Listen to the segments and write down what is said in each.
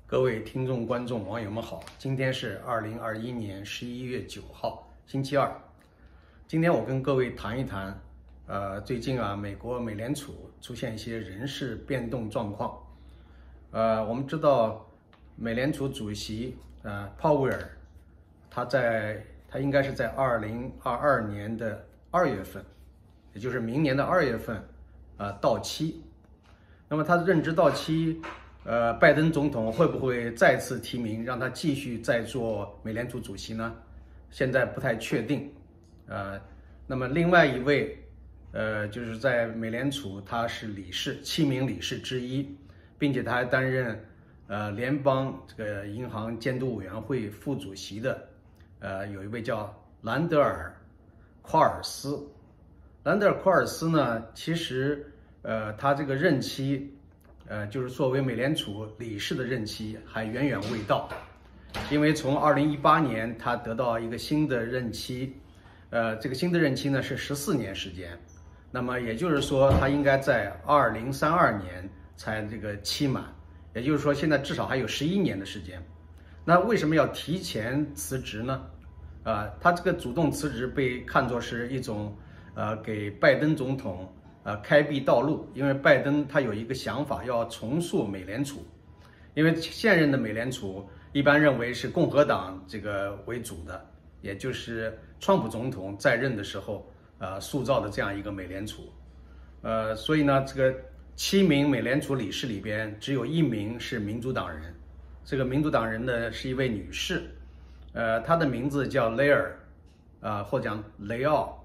各位听众、观众、网友们好，今天是2021年11月9号，星期二。今天我跟各位谈一谈，最近美国美联储出现一些人事变动状况。我们知道美联储主席鲍威尔，他应该是在2022年的2月份，也就是明年的2月份，到期。那么他的任职到期。拜登总统会不会再次提名让他继续再做美联储主席呢？现在不太确定。那么另外一位，就是在美联储他是7名理事之一，并且他还担任联邦这个银行监督委员会副主席的，有一位叫兰德尔·夸尔斯。兰德尔·夸尔斯呢，其实他这个任期。就是作为美联储理事的任期还远远未到，因为从2018年他得到一个新的任期，这个新的任期呢是14年时间，那么也就是说他应该在2032年才这个期满，也就是说现在至少还有11年的时间。那为什么要提前辞职呢？他这个主动辞职被看作是一种给拜登总统。开辟道路，因为拜登他有一个想法，要重塑美联储，因为现任的美联储一般认为是共和党这个为主的，也就是川普总统在任的时候，塑造的这样一个美联储，所以呢，这个7名美联储理事里边只有1名是民主党人，这个民主党人呢是一位女士，她的名字叫雷尔，或讲雷奥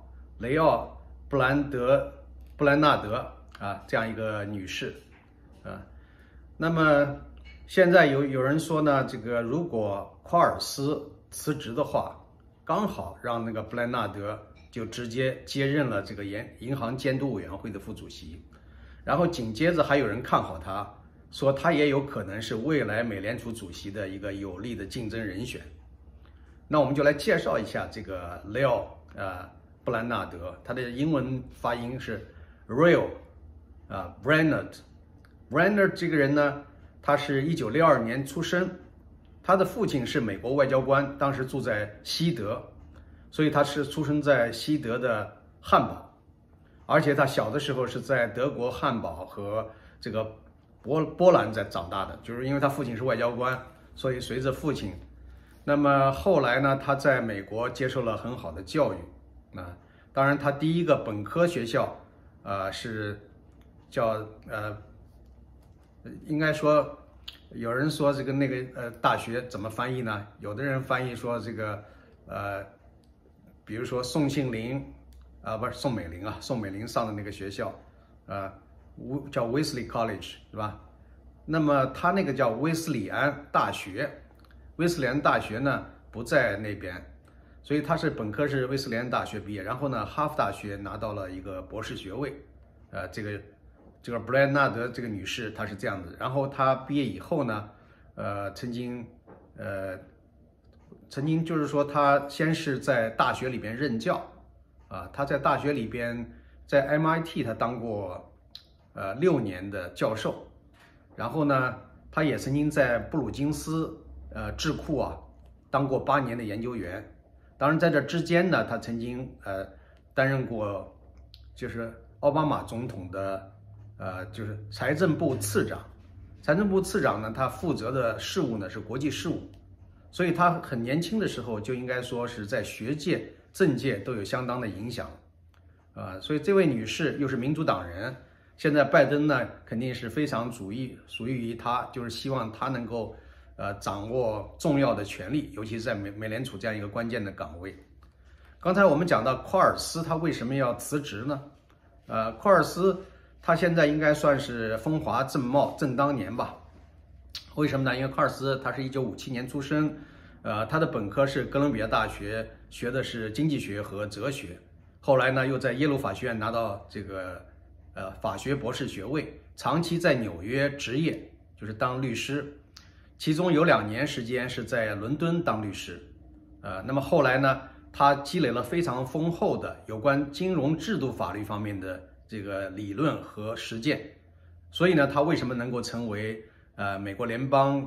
布兰纳德这样一个女士，那么现在有人说呢，这个如果夸尔斯辞职的话，刚好让那个布兰纳德就直接接任了这个银行监督委员会的副主席，然后紧接着还有人看好他，说他也有可能是未来美联储主席的一个有力的竞争人选。那我们就来介绍一下这个雷奥布兰纳德，他的英文发音是Real Brainerd 这个人呢，他是1962年出生，他的父亲是美国外交官，当时住在西德，所以他是出生在西德的汉堡，而且他小的时候是在德国汉堡和这个波兰在长大的，就是因为他父亲是外交官，所以随着父亲，那么后来呢，他在美国接受了很好的教育当然他第一个本科学校。是叫应该说，有人说这个大学怎么翻译呢？有的人翻译说这个比如说宋庆龄不是宋美龄宋美龄上的那个学校叫 Wesley College 是吧？那么他那个叫威斯里安大学，威斯里安大学呢不在那边。所以他是本科是威斯利安大学毕业，然后呢，哈佛大学拿到了一个博士学位，这个布莱纳德这个女士她是这样子，然后她毕业以后呢，曾经就是说她先是在大学里边任教，她在大学里边在 MIT 她当过6年的教授，然后呢，她也曾经在布鲁金斯智库当过8年的研究员。当然，在这之间呢，他曾经担任过，就是奥巴马总统的就是财政部次长。财政部次长呢，他负责的事务呢是国际事务，所以他很年轻的时候就应该说是在学界、政界都有相当的影响。所以这位女士又是民主党人，现在拜登呢肯定是非常属意于她，就是希望她能够。掌握重要的权力，尤其是在美联储这样一个关键的岗位。刚才我们讲到夸尔斯他为什么要辞职呢？夸尔斯他现在应该算是风华正茂正当年吧？为什么呢？因为夸尔斯他是1957年出生，他的本科是哥伦比亚大学学的是经济学和哲学，后来呢又在耶鲁法学院拿到这个法学博士学位，长期在纽约执业，就是当律师。其中有2年时间是在伦敦当律师，那么后来呢，他积累了非常丰厚的有关金融制度法律方面的这个理论和实践，所以呢，他为什么能够成为美国联邦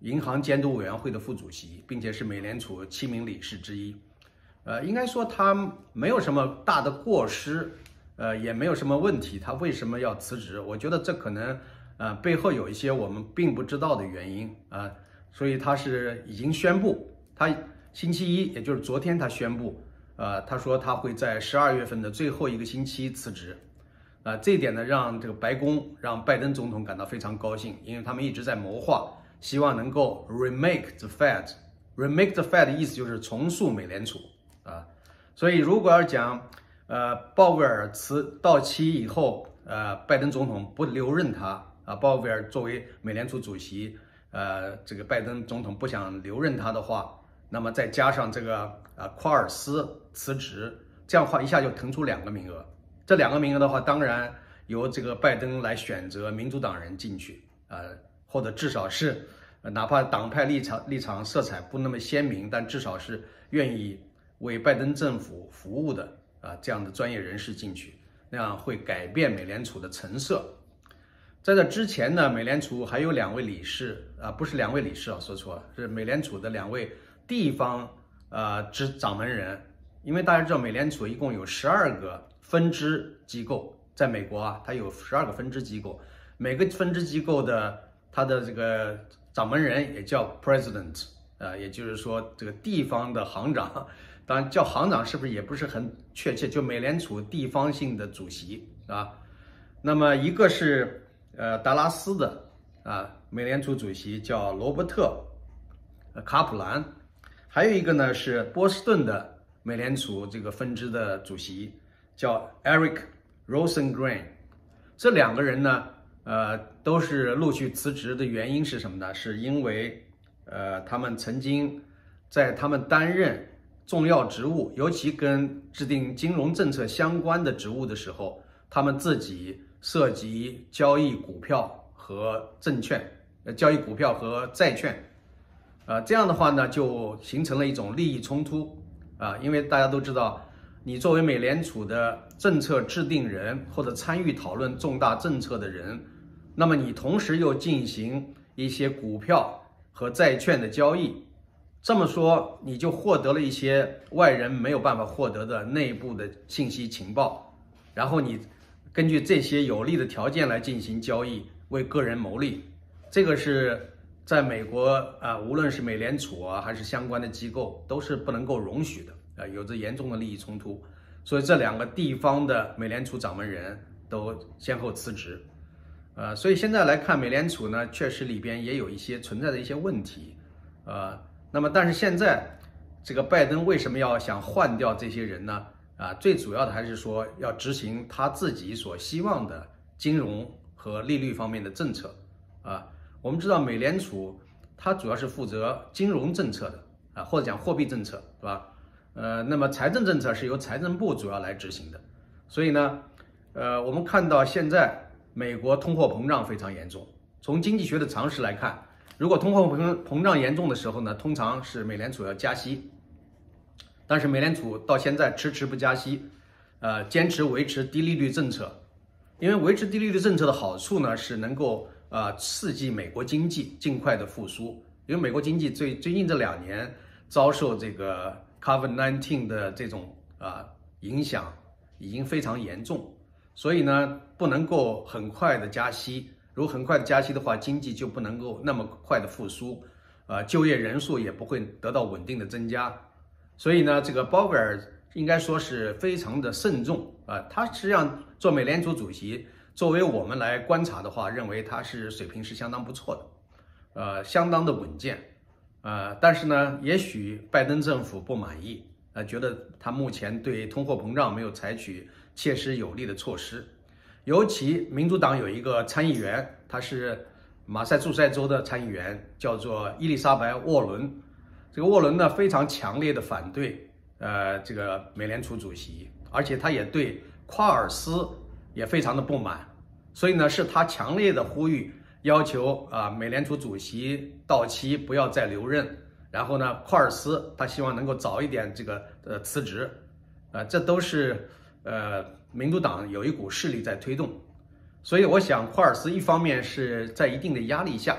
银行监督委员会的副主席，并且是美联储7名理事之一。应该说他没有什么大的过失，也没有什么问题。他为什么要辞职？我觉得这可能背后有一些我们并不知道的原因啊。所以他是已经宣布，他星期一，也就是昨天，他宣布，他说他会在12月份的最后一个星期辞职。这一点呢，让这个白宫让拜登总统感到非常高兴，因为他们一直在谋划，希望能够 remake the Fed。remake the Fed 的意思就是重塑美联储啊。所以如果要讲，鲍威尔到期以后，拜登总统不留任他啊，鲍威尔作为美联储主席，这个拜登总统不想留任他的话，那么再加上这个夸尔斯辞职，这样的话一下就腾出2个名额。这2个名额的话，当然由这个拜登来选择民主党人进去，或者至少是，哪怕党派立场色彩不那么鲜明，但至少是愿意为拜登政府服务的这样的专业人士进去，那样会改变美联储的成色。在这之前呢，美联储还有2位理事不是2位理事说错了，是美联储的2位地方掌门人。因为大家知道美联储一共有12个分支机构，在美国它有12个分支机构，每个分支机构的它的这个掌门人也叫 president， 也就是说这个地方的行长，当然叫行长是不是也不是很确切，就美联储地方性的主席啊。那么一个是达拉斯的美联储主席叫罗伯特卡普兰，还有一个呢是波士顿的美联储这个分支的主席叫 Eric Rosengren。 这2个人呢都是陆续辞职的原因是什么呢？是因为他们曾经在他们担任重要职务，尤其跟制定金融政策相关的职务的时候，他们自己涉及交易股票和证券，交易股票和债券，这样的话呢就形成了一种利益冲突因为大家都知道，你作为美联储的政策制定人或者参与讨论重大政策的人，那么你同时又进行一些股票和债券的交易，这么说你就获得了一些外人没有办法获得的内部的信息情报，然后你根据这些有利的条件来进行交易，为个人谋利。这个是在美国无论是美联储还是相关的机构都是不能够容许的有着严重的利益冲突。所以这2个地方的美联储掌门人都先后辞职。所以现在来看，美联储呢确实里边也有一些存在的一些问题。那么但是现在这个拜登为什么要想换掉这些人呢？最主要的还是说要执行他自己所希望的金融和利率方面的政策。我们知道美联储它主要是负责金融政策的或者讲货币政策，对吧？那么财政政策是由财政部主要来执行的。所以呢，我们看到现在美国通货膨胀非常严重。从经济学的常识来看，如果通货膨胀严重的时候呢，通常是美联储要加息。但是美联储到现在迟迟不加息，坚持维持低利率政策。因为维持低利率政策的好处呢，是能够刺激美国经济尽快的复苏。因为美国经济最近这2年遭受这个 COVID-19 的这种影响已经非常严重，所以呢不能够很快的加息。如果很快的加息的话，经济就不能够那么快的复苏，就业人数也不会得到稳定的增加。所以呢，这个鲍威尔应该说是非常的慎重他实际上做美联储主席，作为我们来观察的话，认为他是水平是相当不错的，相当的稳健，但是呢，也许拜登政府不满意，觉得他目前对通货膨胀没有采取切实有力的措施。尤其民主党有一个参议员，他是马萨诸塞州的参议员，叫做伊丽莎白·沃伦。这个沃伦呢非常强烈的反对这个美联储主席，而且他也对夸尔斯也非常的不满，所以呢是他强烈的呼吁，要求美联储主席到期不要再留任，然后呢夸尔斯他希望能够早一点这个辞职，这都是民主党有一股势力在推动。所以我想夸尔斯一方面是在一定的压力下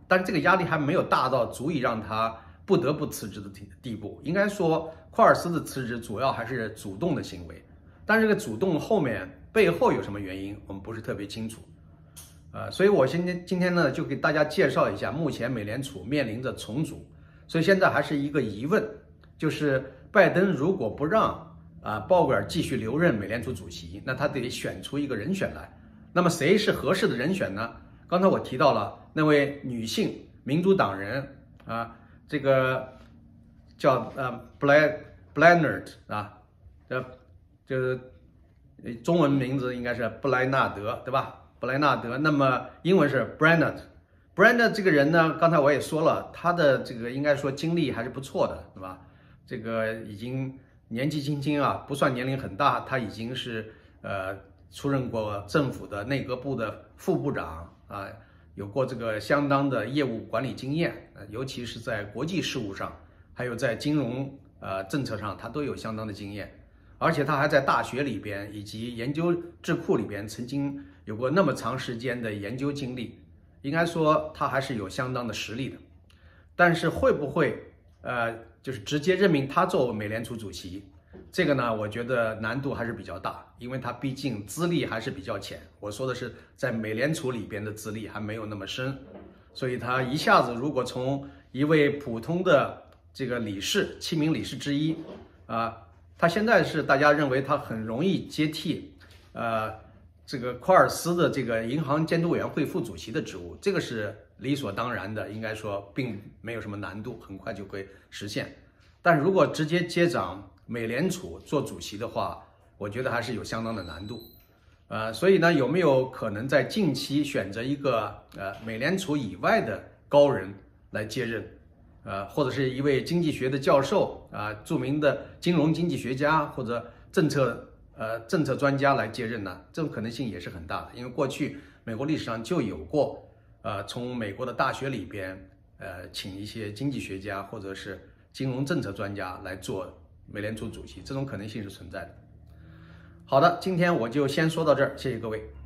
但是这个压力还没有大到足以让他不得不辞职的地步。应该说，库尔斯的辞职主要还是主动的行为，但是这个主动后面背后有什么原因，我们不是特别清楚。所以我今天呢，就给大家介绍一下，目前美联储面临着重组，所以现在还是一个疑问，就是拜登如果不让鲍威尔继续留任美联储主席，那他得选出一个人选来。那么谁是合适的人选呢？刚才我提到了那位女性民主党人这个叫Blanchard 就是中文名字应该是布莱纳德，对吧？布莱纳德，那么英文是 Brannard 这个人呢，刚才我也说了，他的这个应该说经历还是不错的，对吧？这个已经年纪轻轻不算年龄很大，他已经是出任过政府的内阁部的副部长有过这个相当的业务管理经验，尤其是在国际事务上，还有在金融政策上，他都有相当的经验。而且他还在大学里边以及研究智库里边曾经有过那么长时间的研究经历，应该说他还是有相当的实力的。但是会不会就是直接任命他做美联储主席，这个呢，我觉得难度还是比较大，因为他毕竟资历还是比较浅。我说的是在美联储里边的资历还没有那么深，所以他一下子如果从一位普通的这个理事7名理事之一他现在是大家认为他很容易接替这个库尔斯的这个银行监督委员会副主席的职务，这个是理所当然的，应该说并没有什么难度，很快就会实现。但如果直接接掌美联储做主席的话，我觉得还是有相当的难度。所以呢，有没有可能在近期选择一个美联储以外的高人来接任？或者是一位经济学的教授著名的金融经济学家或者政策专家来接任呢？这种可能性也是很大的，因为过去美国历史上就有过从美国的大学里边请一些经济学家或者是金融政策专家来做美联储主席，这种可能性是存在的。好的，今天我就先说到这儿，谢谢各位。